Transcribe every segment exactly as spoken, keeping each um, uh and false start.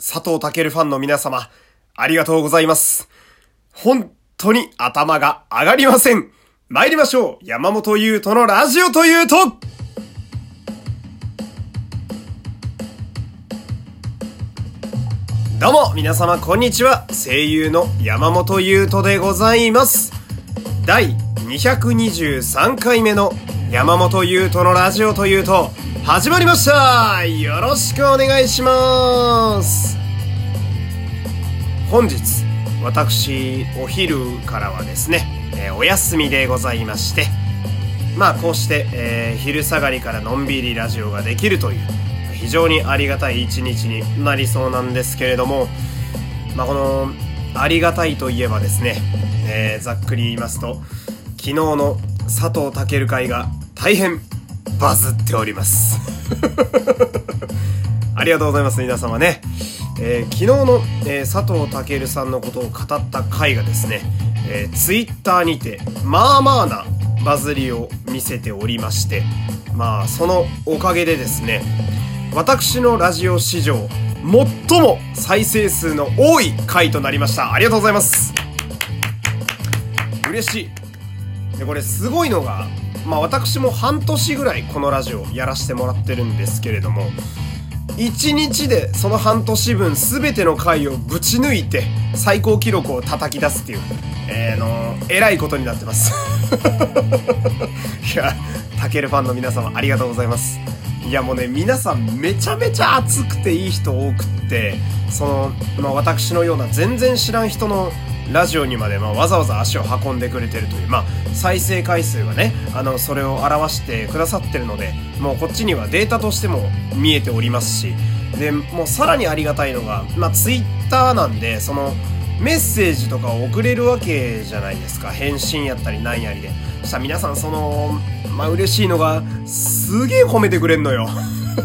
佐藤健ファンの皆様、ありがとうございます。本当に頭が上がりません。参りましょう。山本優斗のラジオというと、どうも皆様こんにちは。声優の山本優斗でございます。だいにひゃくにじゅうさんかいめの山本優斗のラジオというと始まりました。よろしくお願いします。本日私お昼からはですね、えー、お休みでございまして、まあこうして、えー、昼下がりからのんびりラジオができるという非常にありがたい一日になりそうなんですけれども、まあこのありがたいといえばですね、えー、ざっくり言いますと昨日の佐藤健会が大変バズっておりますありがとうございます皆様ね。えー、昨日の、えー、佐藤健さんのことを語った回がですね、えー、ツイッターにてまあまあなバズりを見せておりまして、まあそのおかげでですね、私のラジオ史上最も再生数の多い回となりました。ありがとうございます。嬉しい。でこれすごいのが、まあ私も半年ぐらいこのラジオやらせてもらってるんですけれども、いちにちでその半年分全ての回をぶち抜いて最高記録を叩き出すっていう、えー、のえらいことになってますいやタケルファンの皆様ありがとうございます。いやもうね、皆さんめちゃめちゃ熱くていい人多くって、その、まあ、私のような全然知らん人のラジオにまで、まあ、わざわざ足を運んでくれてるという、まあ、再生回数がね、あのそれを表してくださってるので、もうこっちにはデータとしても見えておりますし、でもうさらにありがたいのが、まあ、ツイッターなんでそのメッセージとかを送れるわけじゃないですか。返信やったりなんやりで。そしたら皆さんそのまあ嬉しいのがすげえ褒めてくれんのよ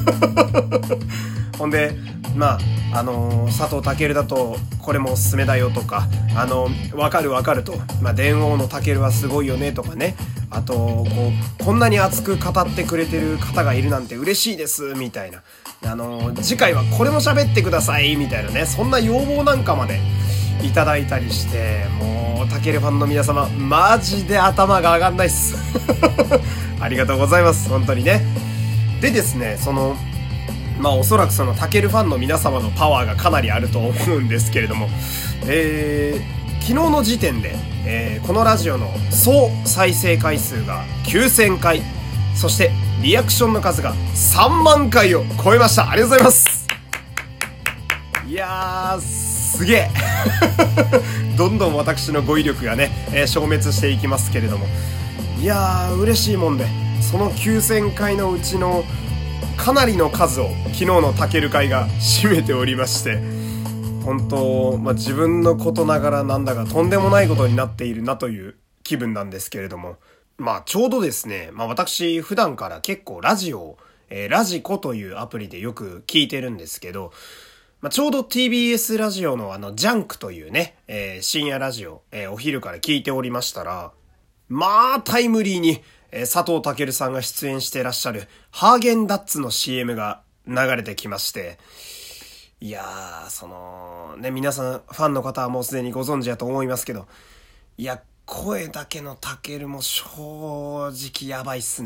ほんでまああのー、佐藤健だとこれもおすすめだよとか、あのー、わかるわかると、まあ電王の健はすごいよねとかね、あとこうこんなに熱く語ってくれてる方がいるなんて嬉しいですみたいな、あのー、次回はこれも喋ってくださいみたいなね、そんな要望なんかまでいただいたりして、もうタケルファンの皆様マジで頭が上がんないっすありがとうございます本当にね。でですね、そのまあおそらくそのタケルファンの皆様のパワーがかなりあると思うんですけれども、えー、昨日の時点で、えー、このラジオの総再生回数がきゅうせんかい、そしてリアクションの数がさんまんかいを超えました。ありがとうございます。いやーすげえどんどん私の語彙力がね、えー、消滅していきますけれども、いやー嬉しいもんで、そのきゅうせんかいのうちのかなりの数を昨日のタケル会が占めておりまして、本当、まあ、自分のことながらなんだかとんでもないことになっているなという気分なんですけれども、まあちょうどですね、まあ私普段から結構ラジオを、えー、ラジコというアプリでよく聞いてるんですけど、まあ、ちょうど ティービーエス ラジオのあのジャンクというね、えー、深夜ラジオ、えー、お昼から聞いておりましたら、まあタイムリーに、えー、佐藤健さんが出演してらっしゃるハーゲンダッツの シーエム が流れてきまして、いやーそのね、皆さんファンの方はもうすでにご存知だと思いますけど、いや声だけの健も正直やばいっすね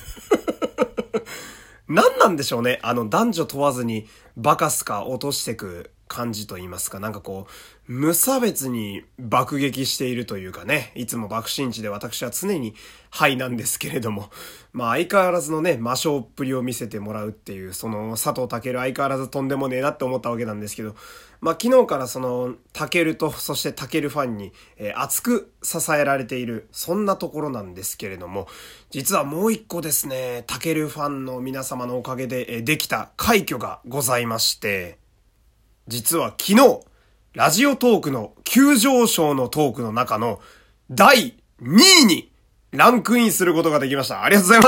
何なんでしょうね、あの男女問わずにバカすか落としてく感じと言いますか、なんかこう無差別に爆撃しているというかね、いつも爆心地で私は常にハイなんですけれども、まあ相変わらずのね魔性っぷりを見せてもらうっていう、その佐藤健相変わらずとんでもねえなって思ったわけなんですけど、まあ昨日からその健とそして健ファンに、えー、熱く支えられているそんなところなんですけれども、実はもう一個ですね、健ファンの皆様のおかげで、えー、できた快挙がございまして、実は昨日ラジオトークの急上昇のトークの中のだいにいにランクインすることができました。ありがとうございます。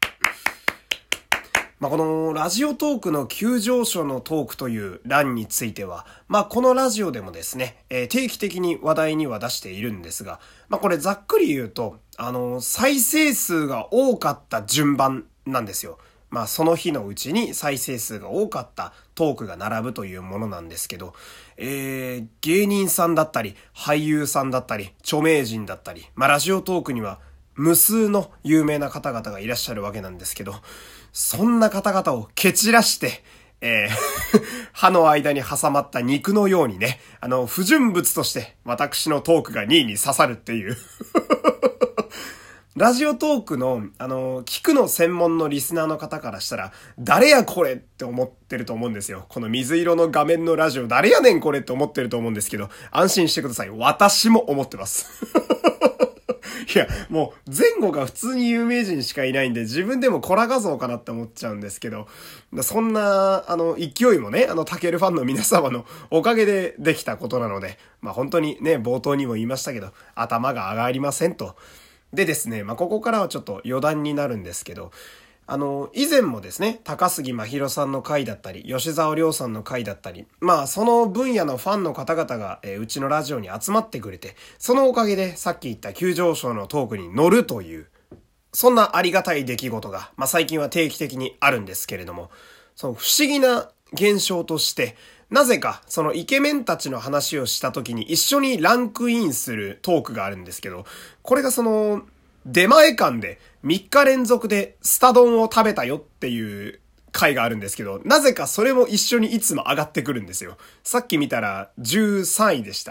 まあ、このラジオトークの急上昇のトークという欄については、まあ、このラジオでもですね、えー、定期的に話題には出しているんですが、まあ、これざっくり言うと、あのー、再生数が多かった順番なんですよ。ままあその日のうちに再生数が多かったトークが並ぶというものなんですけど、えー、芸人さんだったり、俳優さんだったり、著名人だったり、まあラジオトークには無数の有名な方々がいらっしゃるわけなんですけど、そんな方々を蹴散らして、えー、歯の間に挟まった肉のようにね、あの、不純物として私のトークがにいに刺さるっていう。ラジオトークの、あの、聞くの専門のリスナーの方からしたら、誰やこれって思ってると思うんですよ。この水色の画面のラジオ、誰やねんこれって思ってると思うんですけど、安心してください。私も思ってます。いや、もう前後が普通に有名人しかいないんで、自分でもコラ画像かなって思っちゃうんですけど、そんな、あの、勢いもね、あの、タケルファンの皆様のおかげでできたことなので、まあ本当にね、冒頭にも言いましたけど、頭が上がりませんと。でですね、まあここからはちょっと余談になるんですけど、あの、以前もですね、高杉真宙さんの回だったり、吉沢亮さんの回だったり、まあ、その分野のファンの方々が、えー、うちのラジオに集まってくれて、そのおかげでさっき言った急上昇のトークに乗るという、そんなありがたい出来事が、まあ最近は定期的にあるんですけれども、その不思議な現象として、なぜかそのイケメンたちの話をした時に一緒にランクインするトークがあるんですけど、これがその、出前館でみっか連続でスタ丼を食べたよっていう回があるんですけど、なぜかそれも一緒にいつも上がってくるんですよ。さっき見たらじゅうさんいでした。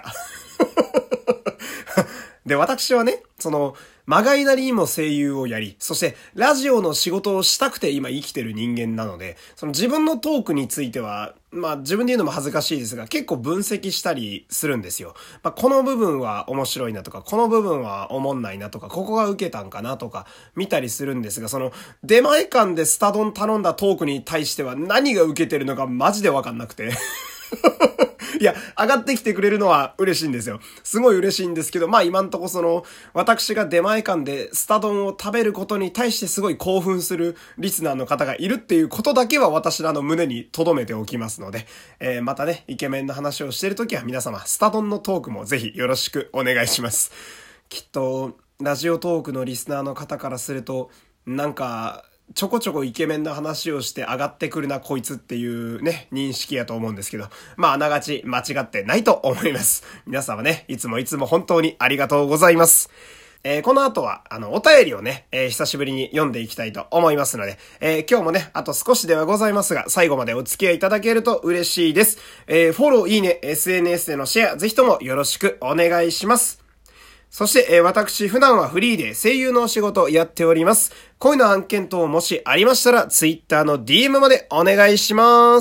で、私はね、その、まがいなりにも声優をやり、そしてラジオの仕事をしたくて今生きてる人間なので、その自分のトークについては、まあ自分で言うのも恥ずかしいですが、結構分析したりするんですよ。まあこの部分は面白いなとか、この部分はおもんないなとか、ここが受けたんかなとか、見たりするんですが、その、出前館でスタ丼頼んだトークに対しては何が受けてるのかマジでわかんなくて。いや、上がってきてくれるのは嬉しいんですよ。すごい嬉しいんですけど、まあ今んとこその、私が出前館でスタ丼を食べることに対してすごい興奮するリスナーの方がいるっていうことだけは私らの胸に留めておきますので、えー、またね、イケメンの話をしているときは皆様、スタ丼のトークもぜひよろしくお願いします。きっと、ラジオトークのリスナーの方からすると、なんか、ちょこちょこイケメンな話をして上がってくるなこいつっていうね、認識やと思うんですけど、まああながち間違ってないと思います。皆様ね、いつもいつも本当にありがとうございます。えー、この後は、あの、お便りをね、えー、久しぶりに読んでいきたいと思いますので、えー、今日もね、あと少しではございますが、最後までお付き合いいただけると嬉しいです。えー、フォロー、いいね、エスエヌエス でのシェア、ぜひともよろしくお願いします。そして、えー、私、普段はフリーで声優のお仕事をやっております。恋の案件等もしありましたら、ツイッターの ディーエム までお願いします。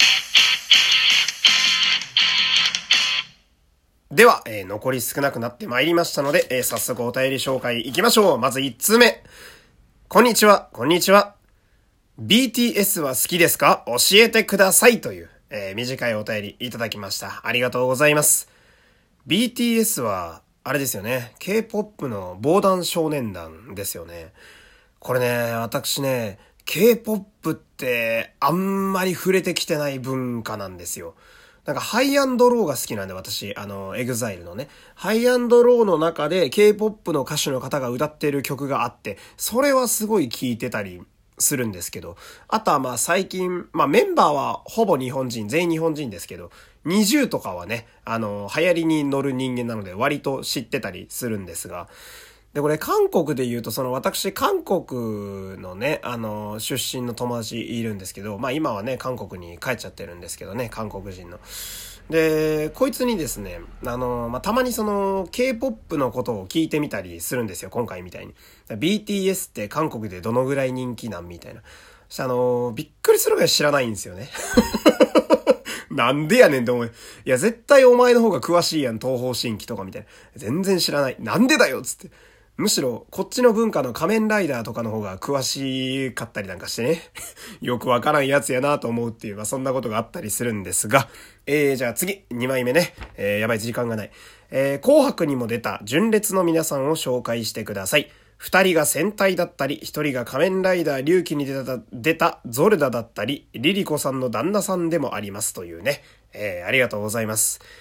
では、えー、残り少なくなってまいりましたので、えー、早速お便り紹介いきましょう。まずいっつうめ。こんにちは、こんにちは。ビーティーエス は好きですか？教えてくださいという、えー、短いお便りいただきました。ありがとうございます。ビーティーエス は、あれですよね。K-ポップ の防弾少年団ですよね。これね、私ね、K-ポップ ってあんまり触れてきてない文化なんですよ。なんかハイアンドローが好きなんで私、あの、エグザイルのね。ハイアンドローの中で K-ポップ の歌手の方が歌ってる曲があって、それはすごい聴いてたりするんですけど、あとはまあ最近、まあメンバーはほぼ日本人、全員日本人ですけど、にじゅうとかはね、あの、流行りに乗る人間なので割と知ってたりするんですが、で、これ韓国で言うと、その私韓国のね、あの、出身の友達いるんですけど、まあ今はね、韓国に帰っちゃってるんですけどね、韓国人の。で、こいつにですね、あの、まあたまにその K-ポップ のことを聞いてみたりするんですよ、今回みたいに。ビーティーエス って韓国でどのぐらい人気なんみたいな。そしてあの、びっくりするぐらい知らないんですよね。なんでやねんって思う。いや、絶対お前の方が詳しいやん、東方神起とかみたいな。全然知らない。なんでだよっつって。むしろ、こっちの文化の仮面ライダーとかの方が詳しかったりなんかしてね。よくわからんやつやなと思うっていう、まあそんなことがあったりするんですが。えー、じゃあ次、にまいめね。えー、やばい、時間がない。えー、紅白にも出た純烈の皆さんを紹介してください。二人が戦隊だったり、一人が仮面ライダー龍騎に出た、出たゾルダだったり、リリコさんの旦那さんでもありますというね。えー、ありがとうございます。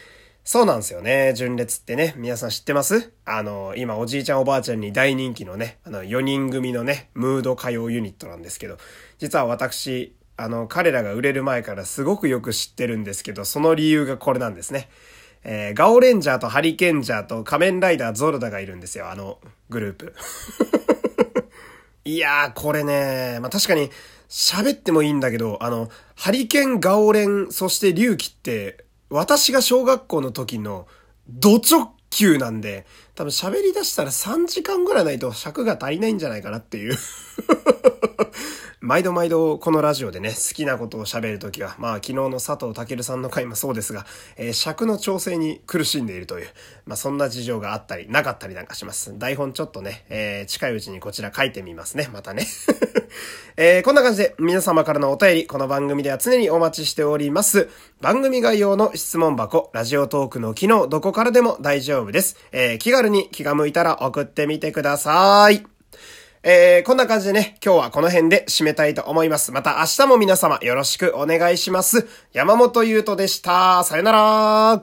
そうなんですよね。純烈ってね、皆さん知ってます？あの、今おじいちゃんおばあちゃんに大人気のね、あのよにん組のね、ムード歌謡ユニットなんですけど、実は私、あの、彼らが売れる前からすごくよく知ってるんですけど、その理由がこれなんですね。えー、ガオレンジャーとハリケンジャーと仮面ライダーゾルダがいるんですよ、あのグループ。いやー、これね、まあ、確かに喋ってもいいんだけど、あの、ハリケン、ガオレン、そしてリュウキって、私が小学校の時のド直球なんで、多分喋り出したらさんじかんぐらいないと尺が足りないんじゃないかなっていう。毎度毎度このラジオでね、好きなことを喋るときは、まあ昨日の佐藤健さんの回もそうですが、えー、尺の調整に苦しんでいるという、まあそんな事情があったりなかったりなんかします。台本ちょっとね、えー、近いうちにこちら書いてみますね、またね。えー、こんな感じで皆様からのお便り、この番組では常にお待ちしております。番組概要の質問箱、ラジオトークの機能、どこからでも大丈夫です。えー、気軽に気が向いたら送ってみてください。えー、こんな感じでね、今日はこの辺で締めたいと思います。また明日も皆様よろしくお願いします。山本優斗でした。さよなら。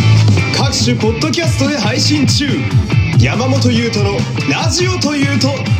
各種ポッドキャストで配信中。山本優斗のラジオというと